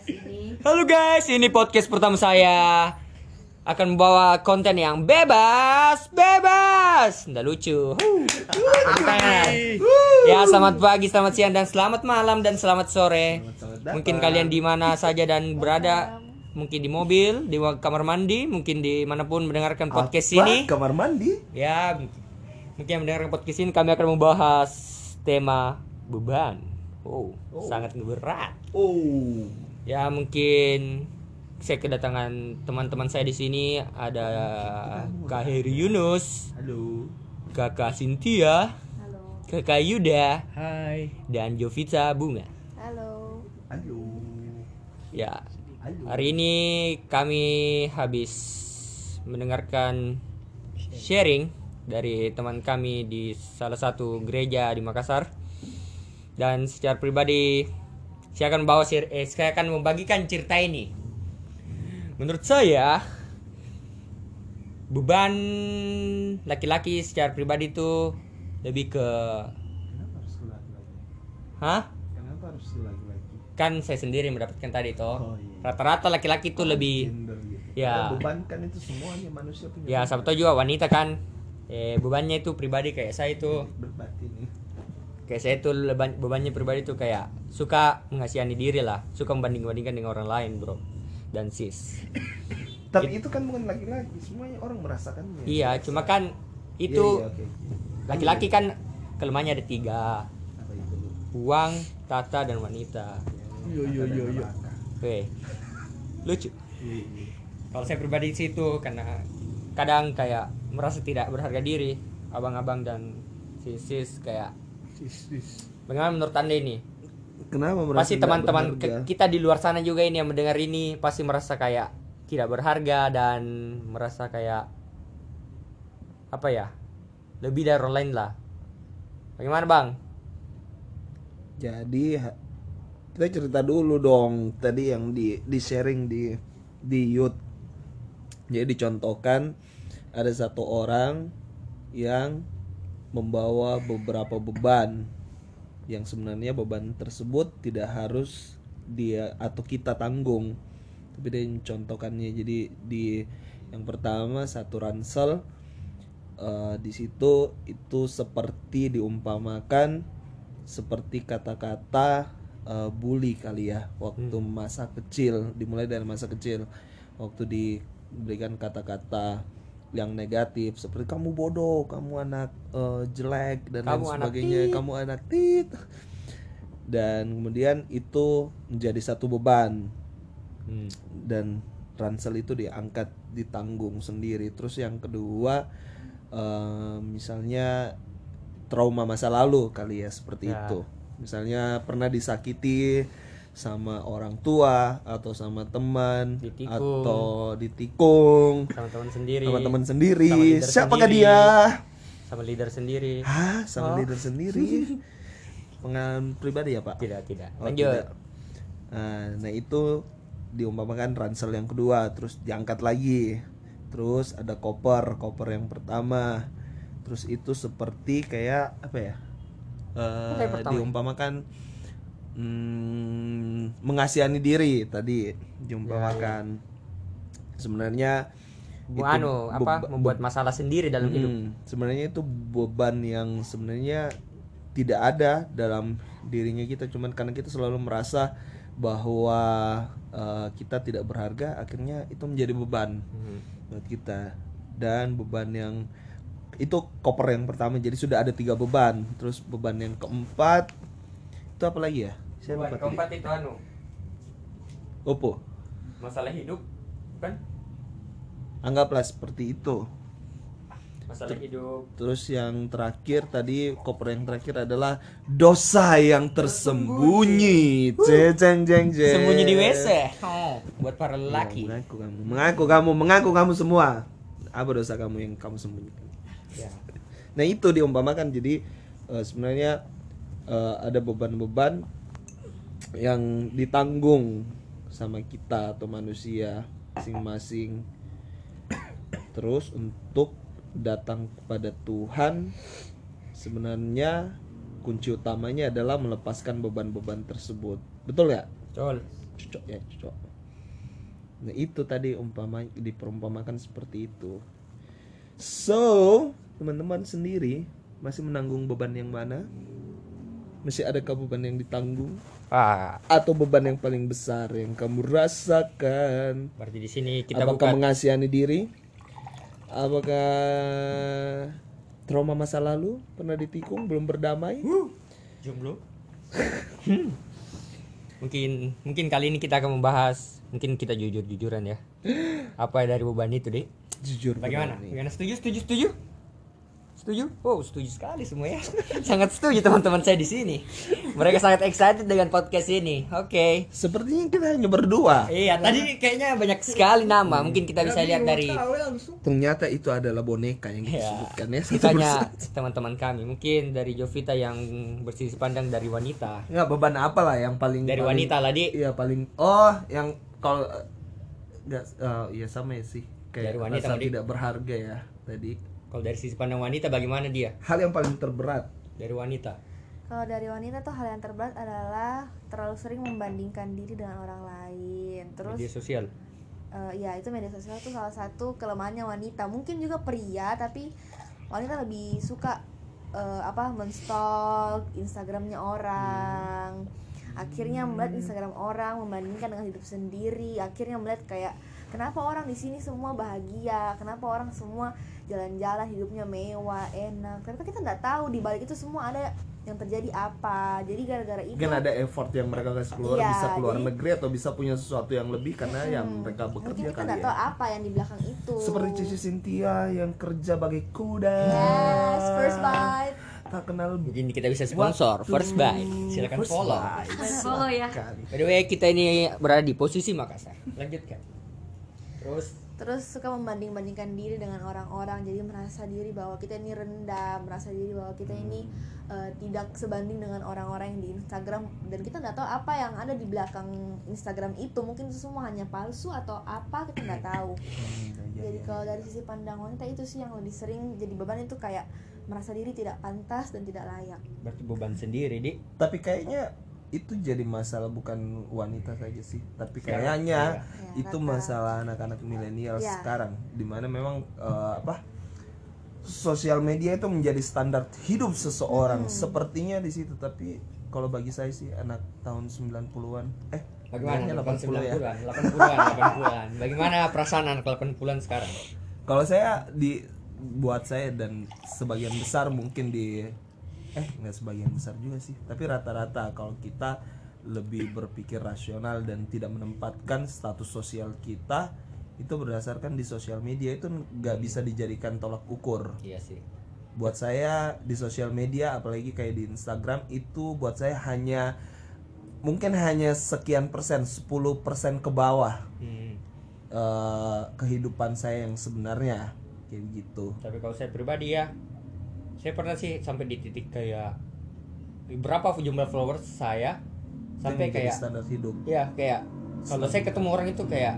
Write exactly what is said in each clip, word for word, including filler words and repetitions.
sini. Halo guys, ini podcast pertama saya. Akan membawa konten yang bebas, bebas. Nggak lucu. Huh. Tepuk tangan. Ya, selamat pagi, selamat siang, dan selamat malam, dan selamat sore. Mungkin kalian di mana saja dan berada. Mungkin di mobil, di kamar mandi, mungkin dimanapun mendengarkan podcast Apa? ini. Kamar mandi? Ya, mungkin yang mendengarkan podcast ini kami akan membahas tema beban. Oh, Oh. sangat berat. Oh. Ya, mungkin saya kedatangan teman-teman saya di sini. Ada Kak Heri Yunus, Halo. Kakak Cynthia, Halo. Kakak Yuda, Hai. dan Jovita Bunga. Halo. Halo. Ya, Halo. hari ini kami habis mendengarkan sharing dari teman kami di salah satu gereja di Makassar. Dan secara pribadi saya akan bawa eh, saya akan membagikan cerita ini. Menurut saya beban laki-laki secara pribadi itu lebih ke Kenapa harus laki-laki? hah? Kenapa harus laki-laki? Kan saya sendiri mendapatkan tadi toh. Oh, iya. Rata-rata laki-laki itu lebih Gender gitu. Ya. Karena beban kan itu semuanya manusia punya. ya, beban. siapa tahu juga wanita kan eh bebannya itu pribadi kayak saya itu. Berbatin nih. Kayak saya itu leban, bebannya pribadi tuh kayak suka mengasihani diri lah, suka membanding-bandingkan dengan orang lain, bro, dan sis. Tapi itu kan bukan laki-laki, semuanya orang merasakannya. Iya, cuma kan Iya, itu iya, oke. laki-laki kan kelemahannya ada tiga: Apa itu? uang, tata, dan wanita. Yo yo yo yo. Oke, lucu. Iya, iya. Kalau saya pribadi sih itu karena kadang kayak merasa tidak berharga diri, abang-abang dan sis-sis kayak. Sis, sis. Bagaimana menurut Anda ini? Kenapa merasa Pasti tidak teman-teman berharga? ke- kita di luar sana juga ini yang mendengar ini pasti merasa kayak tidak berharga dan merasa kayak apa ya, lebih dari orang lain lah. Bagaimana bang? Jadi ha- kita cerita dulu dong tadi yang di di sharing di di youth. Jadi dicontohkan ada satu orang yang membawa beberapa beban yang sebenarnya beban tersebut tidak harus dia atau kita tanggung, tapi dia contohkannya. Jadi di yang pertama satu ransel, eh, di situ itu seperti diumpamakan seperti kata-kata eh, bully kali ya waktu masa kecil, dimulai dari masa kecil waktu diberikan kata-kata yang negatif seperti kamu bodoh, kamu anak eh, jelek dan Kamu lain anak sebagainya, tit. kamu anak tit. Dan kemudian itu menjadi satu beban Hmm. dan ransel itu diangkat ditanggung sendiri. Terus yang kedua eh, misalnya trauma masa lalu kali ya seperti Ya. itu. Misalnya pernah disakiti sama orang tua atau sama teman Ditikung. atau ditikung Sama teman sendiri. sama teman sendiri. Sama leader Siapakah sendiri. dia? Sama leader sendiri. Hah, sama Oh. leader sendiri. Pengalaman pribadi ya, Pak? Tidak tidak. Oh, Lanjut. tidak. Nah, nah itu diumpamakan ransel yang kedua, terus diangkat lagi. Terus ada koper, koper yang pertama. Terus itu seperti kayak apa ya? Eh, Apa yang pertama? diumpamakan hmm, mengasihani diri tadi diumpamakan. Sebenarnya Bu itu anu apa beba- membuat masalah sendiri dalam hidup. Hmm, sebenarnya itu beban yang sebenarnya tidak ada dalam dirinya kita, cuman karena kita selalu merasa bahwa eh, kita tidak berharga, akhirnya itu menjadi beban Hmm. buat kita. Dan beban yang itu koper yang pertama, jadi sudah ada tiga beban. Terus beban yang keempat itu apa lagi ya? Saya Buat lupa tadi. keempat itu anu Opo. masalah hidup kan? Anggaplah seperti itu. Masalah hidup. Terus yang terakhir tadi, koper yang terakhir adalah dosa yang tersembunyi. Ceng ceng ceng ceng. Sembunyi di W C. Oh, buat para lelaki. Ya, mengaku kamu, mengaku kamu, mengaku kamu semua. Apa dosa kamu yang kamu sembunyikan? Ya. Nah itu diumpamakan. Jadi eh, sebenarnya eh, ada beban-beban yang ditanggung sama kita atau manusia masing-masing. Terus untuk datang kepada Tuhan, sebenarnya kunci utamanya adalah melepaskan beban-beban tersebut. Betul ya? Betul. cocok ya cocok. Nah itu tadi umpama diperumpamakan seperti itu. So teman-teman sendiri masih menanggung beban yang mana? Masih adakah beban yang ditanggung? Ah, Atau beban yang paling besar yang kamu rasakan? berarti di sini kita Apakah buka mengasihani diri? Apakah trauma masa lalu pernah ditikung belum berdamai? jomblo. mungkin mungkin kali ini kita akan membahas, mungkin kita jujur-jujuran ya. Apa dari beban itu, Dek? Jujur Bagaimana? benar nih. Bagaimana? Setuju, setuju, setuju? Setuju? Oh, setuju sekali semua ya. Sangat setuju teman-teman saya di sini. Mereka sangat excited dengan podcast ini. Oke. Sepertinya kita hanya berdua. Iya, tadi kayaknya banyak sekali nama. Mungkin kita bisa lihat dari Ternyata itu adalah boneka yang ya, disebutkan ya. kitanya teman-teman kami. Mungkin dari Jovita yang bersisi pandang dari wanita. Nggak beban apa lah yang paling Dari paling- wanita lah, Di. Iya paling. Oh, yang kalau nggak, oh, iya sama ya sih. Kayak Dari wanita, rasa Dik. tidak berharga ya tadi. Kalau dari sisi pandang wanita bagaimana dia? Hal yang paling terberat. Dari wanita. Kalau dari wanita tuh hal yang terberat adalah terlalu sering membandingkan diri dengan orang lain. Terus Media sosial. eh, ya itu media sosial tuh salah satu kelemahannya wanita. Mungkin juga pria, tapi wanita lebih suka eh, apa menstalk Instagramnya orang. Akhirnya melihat Instagram orang, membandingkan dengan hidup sendiri. Akhirnya melihat kayak kenapa orang di sini semua bahagia, kenapa orang semua jalan-jalan hidupnya mewah, enak. Ternyata kita nggak tahu di balik itu semua ada yang terjadi apa. Jadi gara-gara itu Mungkin ada effort yang mereka kasih keluar, Iya, bisa keluar jadi- negeri atau bisa punya sesuatu yang lebih karena ya Hmm, mereka mungkin bekerja kita kali nggak ya. tahu apa yang di belakang itu. Seperti Cici Cynthia yang kerja bagai kuda. Yes, first bite. Tak kenal Mungkin kita bisa sponsor waktu. First Bite. Silakan First follow. Bite. Follow ya. Kan. By the way, kita ini berada di posisi Makassar. Lanjutkan. Terus Terus suka membanding-bandingkan diri dengan orang-orang, jadi merasa diri bahwa kita ini rendah, merasa diri bahwa kita ini eh, tidak sebanding dengan orang-orang yang di Instagram, dan kita nggak tahu apa yang ada di belakang Instagram itu. Mungkin itu semua hanya palsu atau apa, kita nggak tahu. Jadi kalau dari sisi pandang wanita itu sih yang lebih sering jadi beban, itu kayak merasa diri tidak pantas dan tidak layak. berarti beban sendiri, Dik. Tapi kayaknya itu jadi masalah bukan wanita saja sih, tapi Sekarang, kayaknya iya. itu Ya, masalah anak-anak milenial Ya. sekarang, dimana memang eh, apa sosial media itu menjadi standar hidup seseorang, Hmm. sepertinya di situ. Tapi kalau bagi saya sih anak tahun sembilan puluhan eh Bagaimana? kayaknya delapan puluh ya. sembilan puluhan, delapan puluhan, delapan puluhan. Bagaimana perasaan anak delapan puluhan sekarang? Kalau saya di buat saya dan sebagian besar mungkin di eh nggak sebagian besar juga sih, tapi rata-rata kalau kita lebih berpikir rasional dan tidak menempatkan status sosial kita itu berdasarkan di sosial media, itu nggak bisa dijadikan tolak ukur. Iya sih. Buat saya di sosial media, apalagi kayak di Instagram, itu buat saya hanya mungkin hanya sekian persen, sepuluh persen ke bawah Hmm. eh, kehidupan saya yang sebenarnya kayak gitu. Tapi kalau saya pribadi ya, saya pernah sih sampai di titik kayak berapa jumlah followers saya sampai Itu menjadi kayak standar hidup. ya kayak kalau saya ketemu orang itu kayak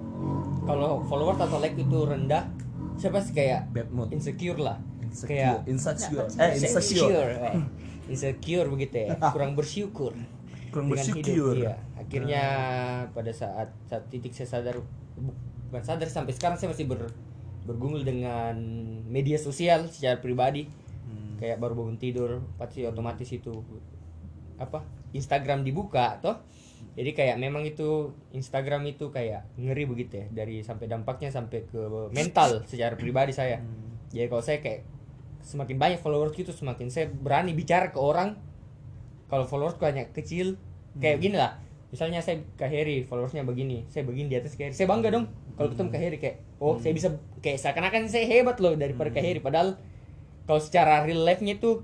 kalau followers atau like itu rendah, saya pasti kayak Bad mood. insecure lah. Insecure, Kayak insecure, eh insecure, insecure, eh. insecure begitu ya, kurang bersyukur kurang dengan bersyukur. hidup. Iya. Akhirnya pada saat saat titik saya sadar, bukan sadar sampai sekarang saya masih ber, bergumul dengan media sosial secara pribadi. Hmm. Kayak baru bangun tidur pasti otomatis itu apa Instagram dibuka toh. Jadi kayak memang itu Instagram itu kayak ngeri begitu ya, dari sampai dampaknya sampai ke mental secara pribadi saya. Hmm. Jadi kalau saya kayak semakin banyak followers gitu, semakin saya berani bicara ke orang. Kalau followers banyak kecil, kayak Hmm. gini lah. Misalnya saya ke Heri, followersnya begini, saya begini di atas ke Heri. Saya bangga dong kalau ketemu ke Heri kayak, oh saya bisa kayak seakan-akan saya hebat loh daripada ke Heri. Padahal kalau secara real life-nya itu,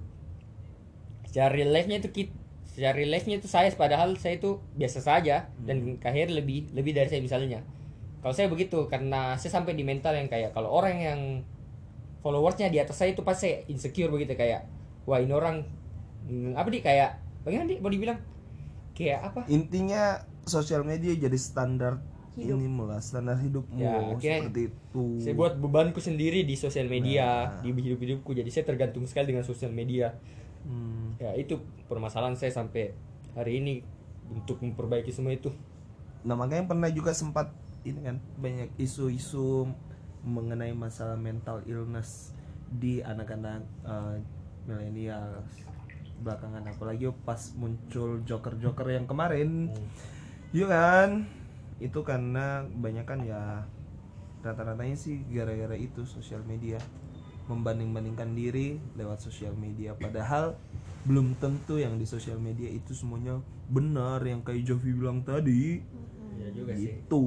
secara real life-nya itu kita, secara real life-nya itu saya, padahal saya itu biasa saja dan Kak Heri lebih lebih dari saya misalnya. Kalau saya begitu karena saya sampai di mental yang kayak kalau orang yang followersnya di atas saya itu pasti saya insecure begitu, kayak wah ini orang hmm, apa nih kayak bagaimana nih mau dibilang kayak apa Intinya sosial media jadi standar Hidup. ini mulai standar hidupmu Ya, akhirnya seperti itu. saya buat bebanku sendiri di sosial media, Nah. di hidup hidupku, jadi saya tergantung sekali dengan sosial media. Hmm. Ya itu permasalahan saya sampai hari ini untuk memperbaiki semua itu. nah makanya pernah juga sempat ini kan banyak isu-isu mengenai masalah mental illness di anak-anak uh, milenial belakangan, apalagi pas muncul joker-joker yang kemarin. Iya kan, itu karena kebanyakan ya rata-ratanya sih gara-gara itu sosial media, membanding-bandingkan diri lewat sosial media, padahal belum tentu yang di sosial media itu semuanya benar yang kayak Jovi bilang tadi. Iya juga sih. Itu.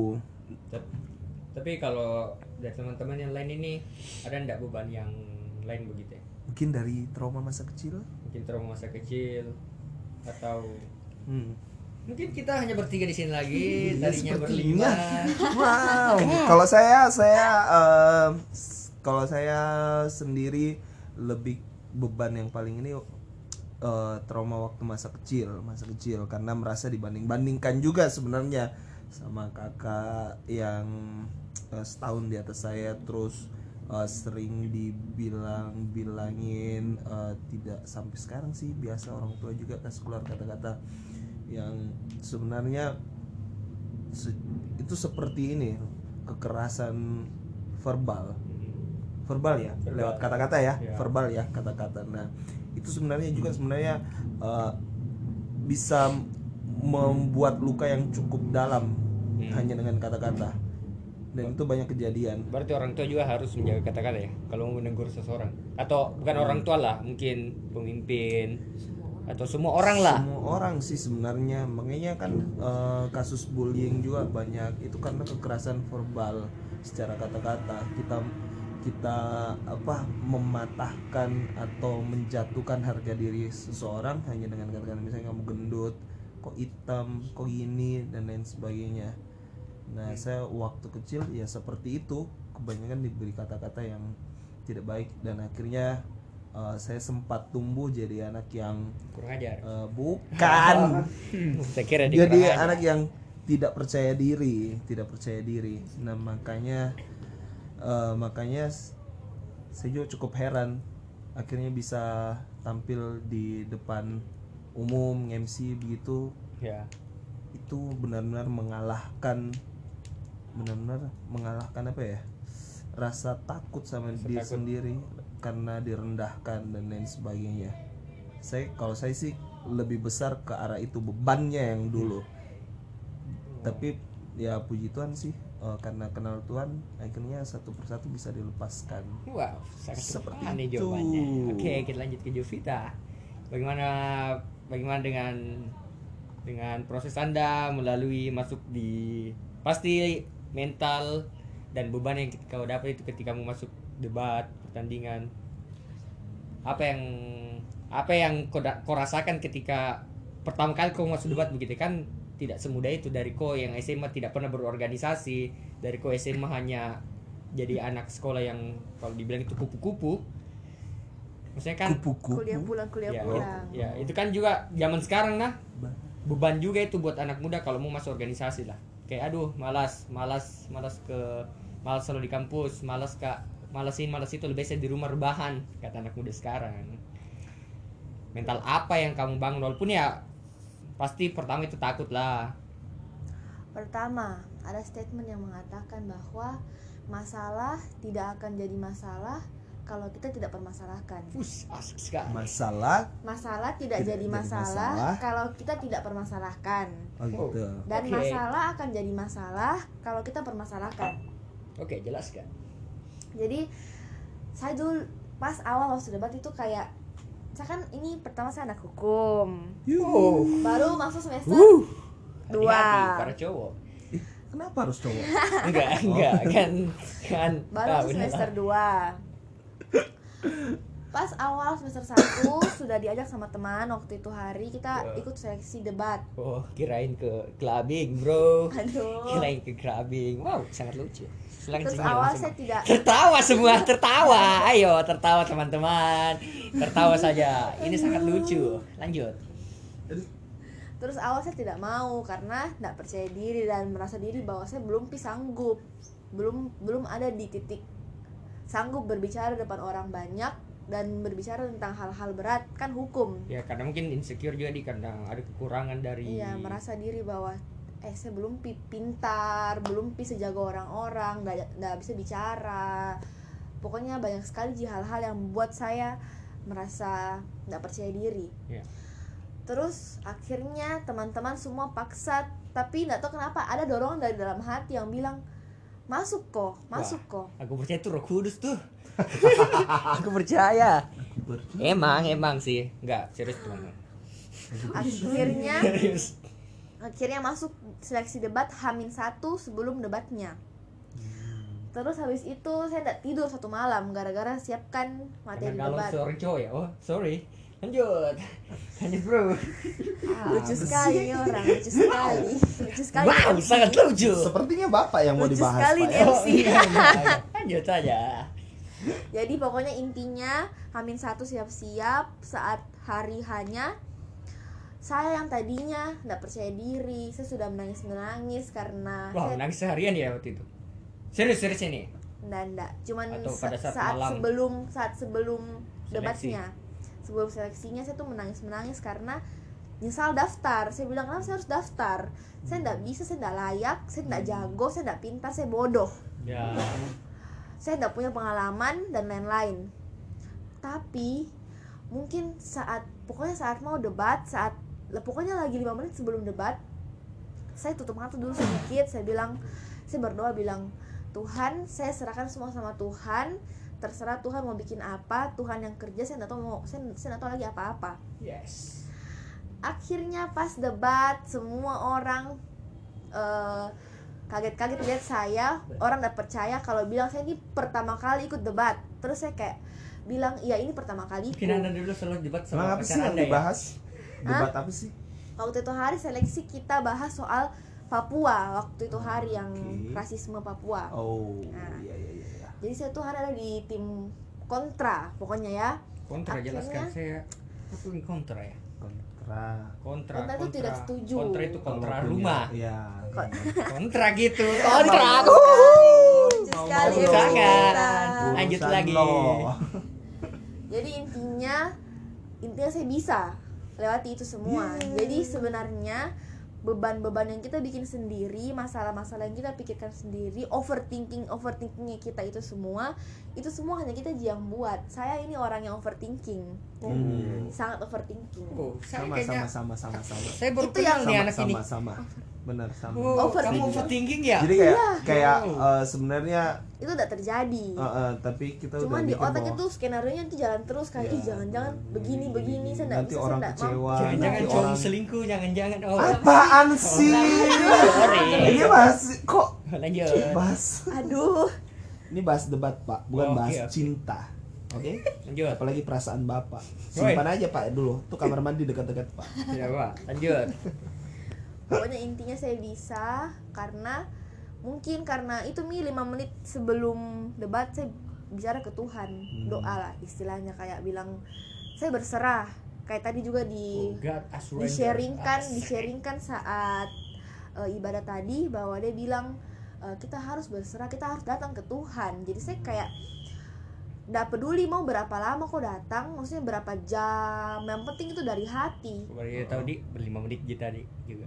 Tep- Tapi kalau dari teman-teman yang lain ini ada enggak beban yang lain begitu ya? Mungkin dari trauma masa kecil. Mungkin trauma masa kecil atau Hmm. mungkin kita hanya bertiga di sini lagi, Iya, tadinya sepertinya. berlima. Wow. Kalau saya saya eh, s- kalau saya sendiri lebih beban yang paling ini eh, trauma waktu masa kecil, masa kecil karena merasa dibanding-bandingkan juga sebenarnya sama kakak yang eh, setahun di atas saya, terus eh, sering dibilang-bilangin eh, tidak sampai sekarang sih biasa orang tua juga kasih keluar kata-kata yang sebenarnya se- itu seperti ini kekerasan verbal verbal ya Verbal. lewat kata-kata ya, Ya. verbal ya kata-kata. Nah itu sebenarnya juga sebenarnya eh, bisa membuat luka yang cukup dalam Hmm. hanya dengan kata-kata, dan itu banyak kejadian. Berarti orang tua juga harus menjaga kata-kata ya kalau mau menegur seseorang, atau bukan orang tua lah, mungkin pemimpin atau semua orang lah. Semua orang sih sebenarnya, makanya kan eh, kasus bullying juga banyak itu karena kekerasan verbal secara kata-kata. Kita kita apa mematahkan atau menjatuhkan harga diri seseorang hanya dengan kata-kata, misalnya kamu gendut, kok hitam, kok gini dan lain sebagainya. Nah saya waktu kecil ya seperti itu, kebanyakan diberi kata-kata yang tidak baik, dan akhirnya uh, saya sempat tumbuh jadi anak yang Kurang ajar. uh, bukan Saya kira dia jadi kurang ajar. anak yang tidak percaya diri, tidak percaya diri. Nah makanya uh, makanya s- saya juga cukup heran akhirnya bisa tampil di depan umum M C begitu. Ya. Itu benar-benar mengalahkan benar-benar mengalahkan apa ya, rasa takut sama Rasa diri takut. sendiri karena direndahkan dan lain sebagainya. Saya kalau saya sih lebih besar ke arah itu bebannya yang dulu. Tapi ya puji Tuhan sih eh, karena kenal Tuhan akhirnya satu persatu bisa dilepaskan. Wow, sangat Seperti tepat nih itu. jawabannya. Oke, kita lanjut ke Jovita. Bagaimana bagaimana dengan dengan proses Anda melalui masuk di pasti mental dan beban yang kau dapat itu ketika mau masuk debat, pertandingan. Apa yang apa yang kau, da- kau rasakan ketika pertama kali kau masuk debat begitu kan? Tidak semudah itu. Dari kau yang S M A tidak pernah berorganisasi, dari kau S M A hanya jadi anak sekolah yang kalau dibilang itu kupu-kupu. Maksudnya kan Kupu-kupu. Kuliah pulang, kuliah ya, pulang. ya, itu kan juga zaman sekarang nah beban juga itu buat anak muda kalau mau masuk organisasi lah. Kayak aduh malas, malas, malas ke malas selalu di kampus, malas kak, malasin, malas itu lebih saya di rumah rebahan kata anak muda sekarang. Mental apa yang kamu bangun walaupun ya pasti pertama itu takut lah. Pertama, ada statement yang mengatakan bahwa masalah tidak akan jadi masalah kalau kita tidak permasalahkan. Fus, asik sekali. Masalah Masalah tidak, Tidak jadi jadi masalah, masalah. kalau kita tidak permasalahkan. oh gitu. Dan Oke. masalah akan jadi masalah kalau kita permasalahkan. Oke, jelaskan. Jadi saya dulu pas awal masuk debat itu kayak, saya kan ini pertama saya anak hukum, Oh, baru masuk semester Uh, dua. hati-hati para cowok. kenapa harus cowok? Enggak, enggak kan kan. Baru ah, masuk bener. semester dua. Pas awal semester satu sudah diajak sama teman, waktu itu hari kita Ya. ikut seleksi debat. Oh, kirain ke clubbing, bro. Aduh. Kirain ke clubbing. Wow, sangat lucu. Silakan Terus senyum awal langsung. saya tidak Tertawa semua, tertawa. Ayo, tertawa teman-teman. Tertawa saja. Ini sangat lucu. Lanjut. Terus awal saya tidak mau karena tidak percaya diri dan merasa diri bahwa saya belum pi sanggup, belum belum ada di titik sanggup berbicara depan orang banyak dan berbicara tentang hal-hal berat, kan hukum. Ya, karena mungkin insecure juga di karena ada kekurangan dari Iya, merasa diri bahwa eh saya belum pi pintar, belum pi sejago orang-orang, nggak nggak bisa bicara. Pokoknya banyak sekali hal-hal yang membuat saya merasa nggak percaya diri. Yeah. Terus akhirnya teman-teman semua paksa, tapi nggak tahu kenapa ada dorongan dari dalam hati yang bilang masuk kok, masuk Wah, kok. Aku percaya itu Roh Kudus tuh. Aku percaya. Emang, emang sih. Enggak, serius teman-teman. Akhirnya Serius. akhirnya masuk seleksi debat Hamin satu sebelum debatnya. Terus habis itu saya tidak tidur satu malam gara-gara siapkan materi Karena kalau debat. seorang cowok ya, oh sorry. Lanjut. Lanjut bro. Lucu sekali ini orang, lucu sekali. Lucu sekali. Wow, sangat lucu. Sepertinya Bapak yang mau Lucu dibahas sekali Pak nih. ya. M C. iya, iya, iya. Lanjut saja. Jadi pokoknya intinya Hamin satu siap-siap saat hari hanya saya yang tadinya tidak percaya diri, saya sudah menangis-menangis karena Wow, saya nangis seharian ya waktu itu. Serius, serius ini. Nggak, nggak. Cuman Atau sa- pada saat saat, malam. sebelum saat sebelum Seleksi. debatnya, sebelum seleksinya saya tuh menangis-menangis karena nyesal daftar. Saya bilang kenapa saya harus daftar? Saya nggak bisa, saya nggak layak, saya nggak jago, saya nggak pintar, saya bodoh. Ya. Saya nggak punya pengalaman dan lain-lain. Tapi mungkin saat pokoknya saat mau debat, saat pokoknya lagi lima menit sebelum debat, saya tutup mata dulu sedikit. Saya bilang, saya berdoa bilang, Tuhan, saya serahkan semua sama Tuhan. Terserah Tuhan mau bikin apa, Tuhan yang kerja. Saya nggak tahu mau, saya saya nggak tahu lagi apa-apa. Yes. Akhirnya pas debat, semua orang eh, kaget-kaget lihat saya. Orang nggak percaya kalau bilang saya ini pertama kali ikut debat. Terus saya kayak bilang, iya ini pertama kali. Mungkin anda dulu selalu debat Emang sama apa sih pacar yang anda ya? dibahas? Debat apa sih? Waktu itu hari seleksi kita bahas soal Papua. Waktu itu hari yang Oke. rasisme Papua. Oh, Nah. iya iya iya. iya. Jadi saya tuh hari ada di tim kontra pokoknya ya. Kontra, Akhirnya- jelaskan saya. Apa ini kontra ya? Kontra. Kontra, Kontra itu tidak setuju. Kontra itu kontra Kalau punya- rumah. Iya. Kon- Kontra gitu. Lucu Kontra. sekali Mau- M C Jangan. kita. Lanjut Urusan lagi. lo. Jadi intinya intinya saya bisa lewati itu semua. Jadi sebenarnya beban-beban yang kita bikin sendiri, masalah-masalah yang kita pikirkan sendiri, overthinking overthinkingnya kita itu semua, itu semua hanya kita yang buat. Saya ini orang yang overthinking, Hmm. sangat overthinking. Oh, saya Sama kayaknya sama sama sama sama. saya baru Itu yang- kenal nih Sama anak ini. sama sama. Benar sama. Oh, Overthinking. kamu overthinking ya? Jadi kayak Iya. kayak Oh. eh, sebenarnya Itu udah terjadi. eh, eh, tapi kita Cuman udah di mikir otak bahwa itu skenario nya itu jalan terus kayak ya, ih jangan-jangan begini begini saya nggak nanti bisa, saya orang nggak kecewa, mampu. Jangan-jangan nanti cowok orang selingkuh, jangan-jangan. Oh, apaan sih? sorry. Ini bahas kok Lanjut. bahas Aduh. ini bahas debat Pak, bukan Oke, bahas oke. cinta. Oke? Lanjut. Apalagi perasaan Bapak. Simpan aja Pak dulu. Tuh kamar mandi dekat-dekat Pak. Ya, Pak. Lanjut. Pokoknya intinya saya bisa karena mungkin karena itu mi lima menit sebelum debat saya bicara ke Tuhan, Hmm. doa lah istilahnya kayak bilang saya berserah. Kayak tadi juga di Oh, God, I surrender. di-sharingkan Ah, di-sharingkan saat uh, ibadah tadi bahwa dia bilang uh, kita harus berserah, kita harus datang ke Tuhan. Jadi saya kayak nggak peduli mau berapa lama kok datang, maksudnya berapa jam, yang penting itu dari hati. Baru dia tahu di lima menit gitu tadi juga.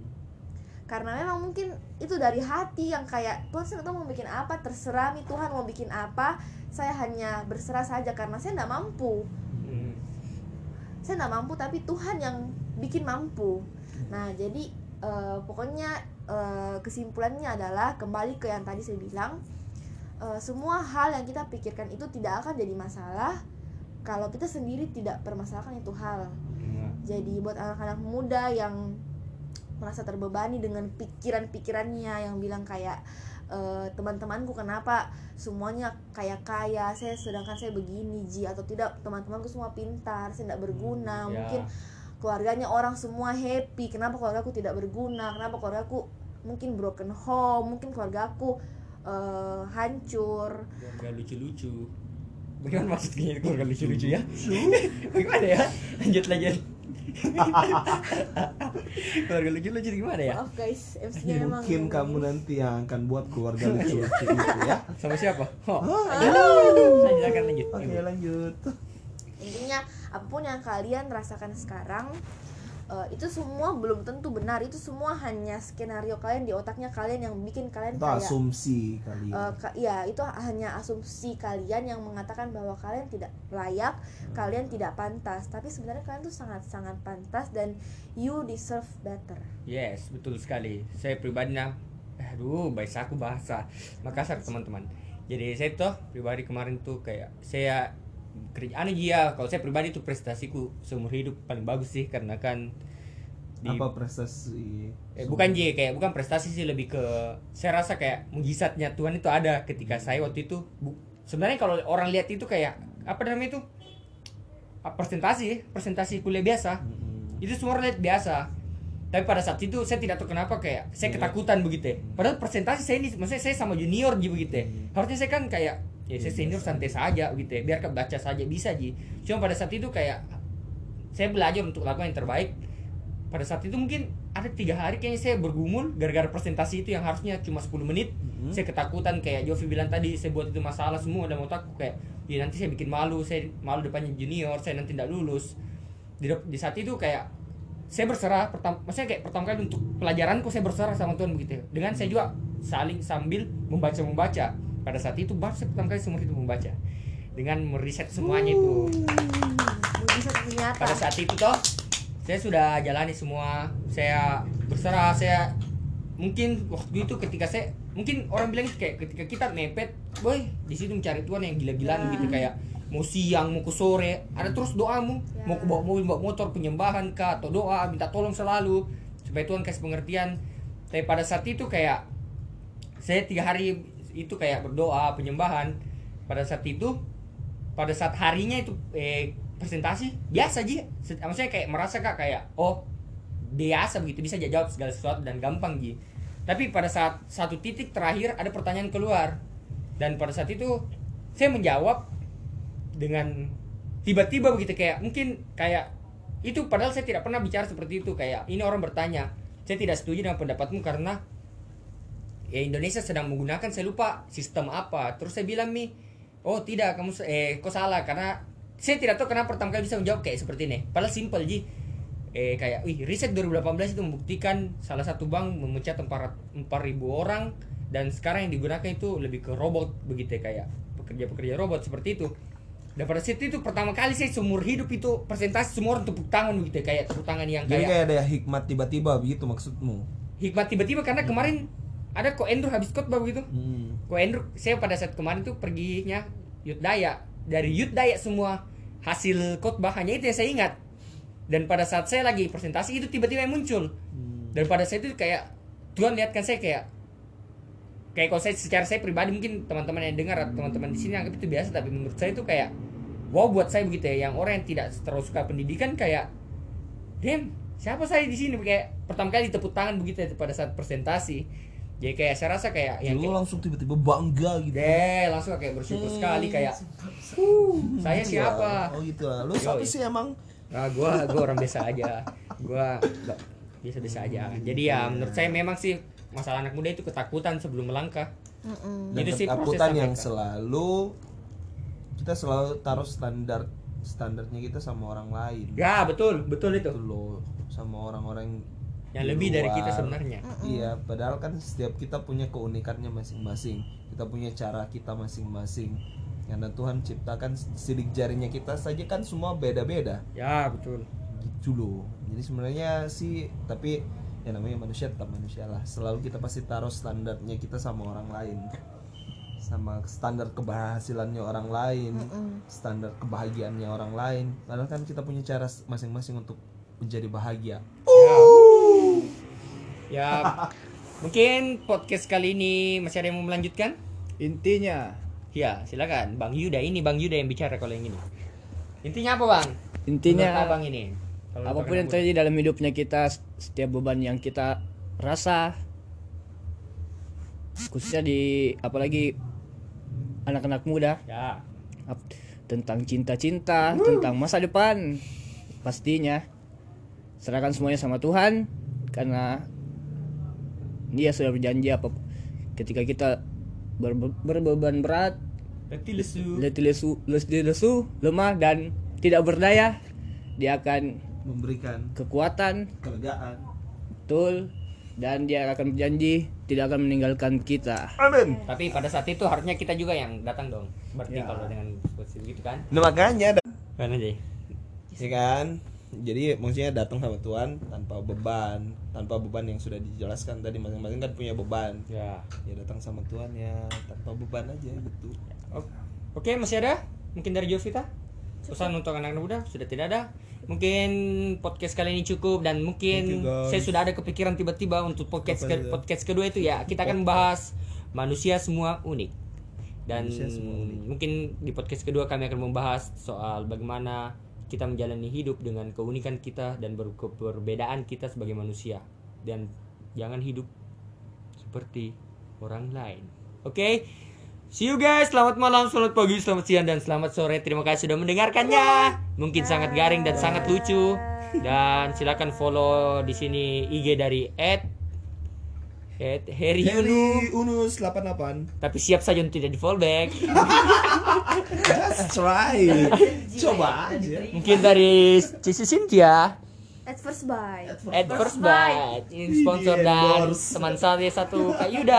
Karena memang mungkin itu dari hati yang kayak Tuhan saya nggak tahu mau bikin apa, terserah nih Tuhan mau bikin apa, saya hanya berserah saja karena saya nggak mampu. Hmm. Saya nggak mampu tapi Tuhan yang bikin mampu. Nah jadi eh, pokoknya eh, kesimpulannya adalah kembali ke yang tadi saya bilang, eh, semua hal yang kita pikirkan itu tidak akan jadi masalah kalau kita sendiri tidak permasalahkan itu hal. Hmm. Jadi buat anak-anak muda yang merasa terbebani dengan pikiran-pikirannya yang bilang kayak e, teman-temanku kenapa semuanya kaya-kaya, saya sedangkan saya begini ji, atau tidak teman-temanku semua pintar, saya tidak berguna, Ya. mungkin keluarganya orang semua happy, kenapa keluargaku tidak berguna, kenapa keluargaku mungkin broken home, mungkin keluargaku eh, hancur. Keluarga lucu-lucu. Bagaimana maksudnya keluarga lucu-lucu ya? Bagaimana ya? Lanjut lanjut. Keluarga lucu-lucu gimana ya? Maaf guys, M C-nya emang Mungkin kamu nanti yang akan buat keluarga lucu-lucu itu ya. Sama siapa? Oh. Lanjut akan lanjut. Oke, lanjut. intinya apapun yang kalian rasakan sekarang, uh, itu semua belum tentu benar, itu semua hanya skenario kalian di otaknya kalian yang bikin kalian Itu kayak asumsi kali ya. uh, ka- ya itu hanya asumsi kalian yang mengatakan bahwa kalian tidak layak, hmm. kalian tidak pantas, tapi sebenarnya kalian tuh sangat-sangat pantas dan you deserve better. Yes, betul sekali. Saya pribadinya, aduh, baik aku bahasa Makassar teman-teman. Jadi saya tuh pribadi kemarin tuh kayak saya kerjaan aja. Kalau saya pribadi tuh prestasiku seumur hidup paling bagus sih, karena kan di, apa prestasi? Eh, bukan J, kayak bukan prestasi sih, lebih ke saya rasa kayak mujizatnya Tuhan itu ada ketika saya waktu itu bu, sebenarnya kalau orang lihat itu kayak apa namanya itu presentasi presentasi kuliah biasa, mm-hmm. itu semua orang lihat biasa. Tapi pada saat itu saya tidak tahu kenapa kayak saya ketakutan begitu ya. Padahal presentasi saya ini maksudnya saya sama junior gitu begitu ya. Harusnya saya kan kayak ya saya senior santai saja gitu ya. Biar kebaca saja bisa ji. Cuma pada saat itu kayak saya belajar untuk lakukan yang terbaik. Pada saat itu mungkin ada tiga hari kayaknya saya bergumul gara-gara presentasi itu yang harusnya cuma sepuluh menit. Mm-hmm. Saya ketakutan kayak Jovi bilang tadi, saya buat itu masalah semua dalam otakku kayak ya nanti saya bikin malu, saya malu depannya junior, saya nanti tidak lulus. Di, di saat itu kayak saya berserah pertama, maksudnya kayak pertama kali untuk pelajaranku saya berserah sama Tuhan begitu. Dengan saya juga saling sambil membaca membaca. Pada saat itu baru saya pertama kali seumur hidup membaca. Dengan meriset semuanya itu. Pada saat itu toh saya sudah jalani semua. Saya berserah, saya mungkin waktu itu ketika saya mungkin orang bilang kayak ketika kita mepet, boy, di situ mencari Tuhan yang gila-gilaan gitu kayak mau siang, mau ke sore, ada terus doamu, ya. Mau ke bawa mobil, bawa motor, penyembahan kah, atau doa, minta tolong selalu supaya Tuhan kasih pengertian. Tapi pada saat itu kayak saya tiga hari itu kayak berdoa, penyembahan. Pada saat itu, pada saat harinya itu eh, presentasi biasa aja, maksudnya kayak merasa kak kayak oh biasa begitu, bisa jawab segala sesuatu dan gampang ji. Tapi pada saat satu titik terakhir ada pertanyaan keluar, dan pada saat itu saya menjawab dengan tiba-tiba begitu kayak mungkin kayak itu padahal saya tidak pernah bicara seperti itu, kayak ini orang bertanya, saya tidak setuju dengan pendapatmu karena ya Indonesia sedang menggunakan saya lupa sistem apa. Terus saya bilang mi, oh tidak kamu eh kok salah, karena saya tidak tahu kenapa pertama kali bisa menjawab kayak seperti ini. Padahal simple ji. Eh kayak wih riset dua ribu delapan belas itu membuktikan salah satu bank memecat empat ribu orang dan sekarang yang digunakan itu lebih ke robot begitu ya, kayak pekerja-pekerja robot seperti itu. Dan pada saat itu pertama kali saya seumur hidup itu presentasi semua orang tepuk tangan begitu ya, kayak tepuk tangan yang kayak. Jadi kayak ada hikmat tiba-tiba begitu maksudmu? Hikmat tiba-tiba karena hmm. kemarin ada Ko Endro habis khotbah begitu. Hmm. Ko Endro saya pada saat kemarin tuh perginya Youth Daya, dari Youth Daya semua hasil khotbah hanya itu yang saya ingat. Dan pada saat saya lagi presentasi itu tiba-tiba muncul. Hmm. Dan pada saat itu kayak Tuhan lihatkan saya kayak kayak kalau saya secara saya pribadi mungkin teman-teman yang dengar atau teman-teman di sini anggap itu biasa, tapi menurut saya itu kayak wow buat saya begitu ya, yang orang yang tidak terlalu suka pendidikan kayak damn siapa saya di sini, kayak pertama kali tepuk tangan begitu ya pada saat presentasi. Jadi kayak saya rasa kayak yang kayak, langsung tiba-tiba bangga gitu. Deh, langsung kayak bersyukur hmm. sekali kayak uh, saya siapa? Oh gitu lah. Lu siapa sih emang? Nah, gua gua orang biasa aja. Gua biasa-biasa aja. Jadi ya menurut saya memang sih masalah anak muda itu ketakutan sebelum melangkah. Mm-mm. Itu sih ketakutan yang selalu kita selalu taruh standar standarnya kita sama orang lain. Ya betul, betul itu. Betul loh, sama orang-orang yang lebih luar. Dari kita sebenarnya. Mm-mm. Iya, padahal kan setiap kita punya keunikannya masing-masing. Kita punya cara kita masing-masing. Karena Tuhan ciptakan sidik jarinya kita saja kan semua beda-beda. Ya betul. Gitu loh. Jadi sebenarnya sih, tapi ya namanya manusia tetap manusia lah. Selalu kita pasti taruh standarnya kita sama orang lain, sama standar keberhasilannya orang lain, Mm-mm. standar kebahagiaannya orang lain. Padahal kan kita punya cara masing-masing untuk menjadi bahagia. Ya, ya mungkin podcast kali ini masih ada yang mau melanjutkan? Intinya, ya silakan Bang Yuda, ini Bang Yuda yang bicara kalau yang ini. Intinya apa Bang? Intinya Bang ini. Kalau apapun yang terjadi dalam hidupnya kita, setiap beban yang kita rasa, khususnya di apalagi anak-anak muda, ya. tentang cinta-cinta, uh. tentang masa depan, pastinya serahkan semuanya sama Tuhan, karena Dia sudah berjanji apa ketika kita ber- berbeban berat, letih lesu, letih lesu, letih lesu, lemah dan tidak berdaya, Dia akan memberikan kekuatan, kelegaan. betul, dan dia akan berjanji tidak akan meninggalkan kita. Amin. Tapi pada saat itu harusnya kita juga yang datang dong. Berarti Ya. kalau dengan posisi gitu kan. Nah makanya da- Kan aja. ya kan. Jadi maksudnya datang sama Tuhan tanpa beban, tanpa beban yang sudah dijelaskan tadi, masing-masing kan punya beban. Ya. Ya datang sama Tuhan ya tanpa beban aja gitu. O- Oke, masih ada? Mungkin dari Jovita? Pesan untuk anak-anak muda sudah tidak ada. Mungkin podcast kali ini cukup dan Thank mungkin you, guys. saya sudah ada kepikiran tiba-tiba untuk podcast Apa ke- itu? podcast kedua itu ya. Kita akan membahas manusia semua unik. Dan Manusia semua unik. mungkin di podcast kedua kami akan membahas soal bagaimana kita menjalani hidup dengan keunikan kita dan ber- perbedaan kita sebagai manusia, dan jangan hidup seperti orang lain. Oke, see you guys. Selamat malam, selamat pagi, selamat siang, dan selamat sore. Terima kasih sudah mendengarkannya. Mungkin sangat garing dan sangat lucu. Dan silakan follow di sini I G dari at at Heri Yunu. Heri Unus delapan delapan. Tapi siap saja untuk tidak di fallback. Just try. Coba aja. Mungkin dari Cici Cynthia. At first buy. At First Bite, ini sponsor Ini dan endorse. teman saya satu Kak Yuda,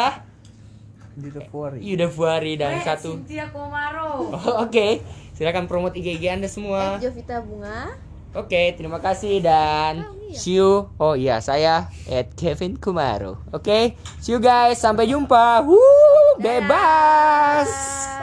Yuda Fuari dan satu. Cynthia Komaro. Oh, Oke, silakan promote I G I G Anda semua. At Jovita Bunga. Oke, terima kasih dan see you. Oh iya, saya at Kevin Kumaro. Oke, see you guys, sampai jumpa. Woo, bebas.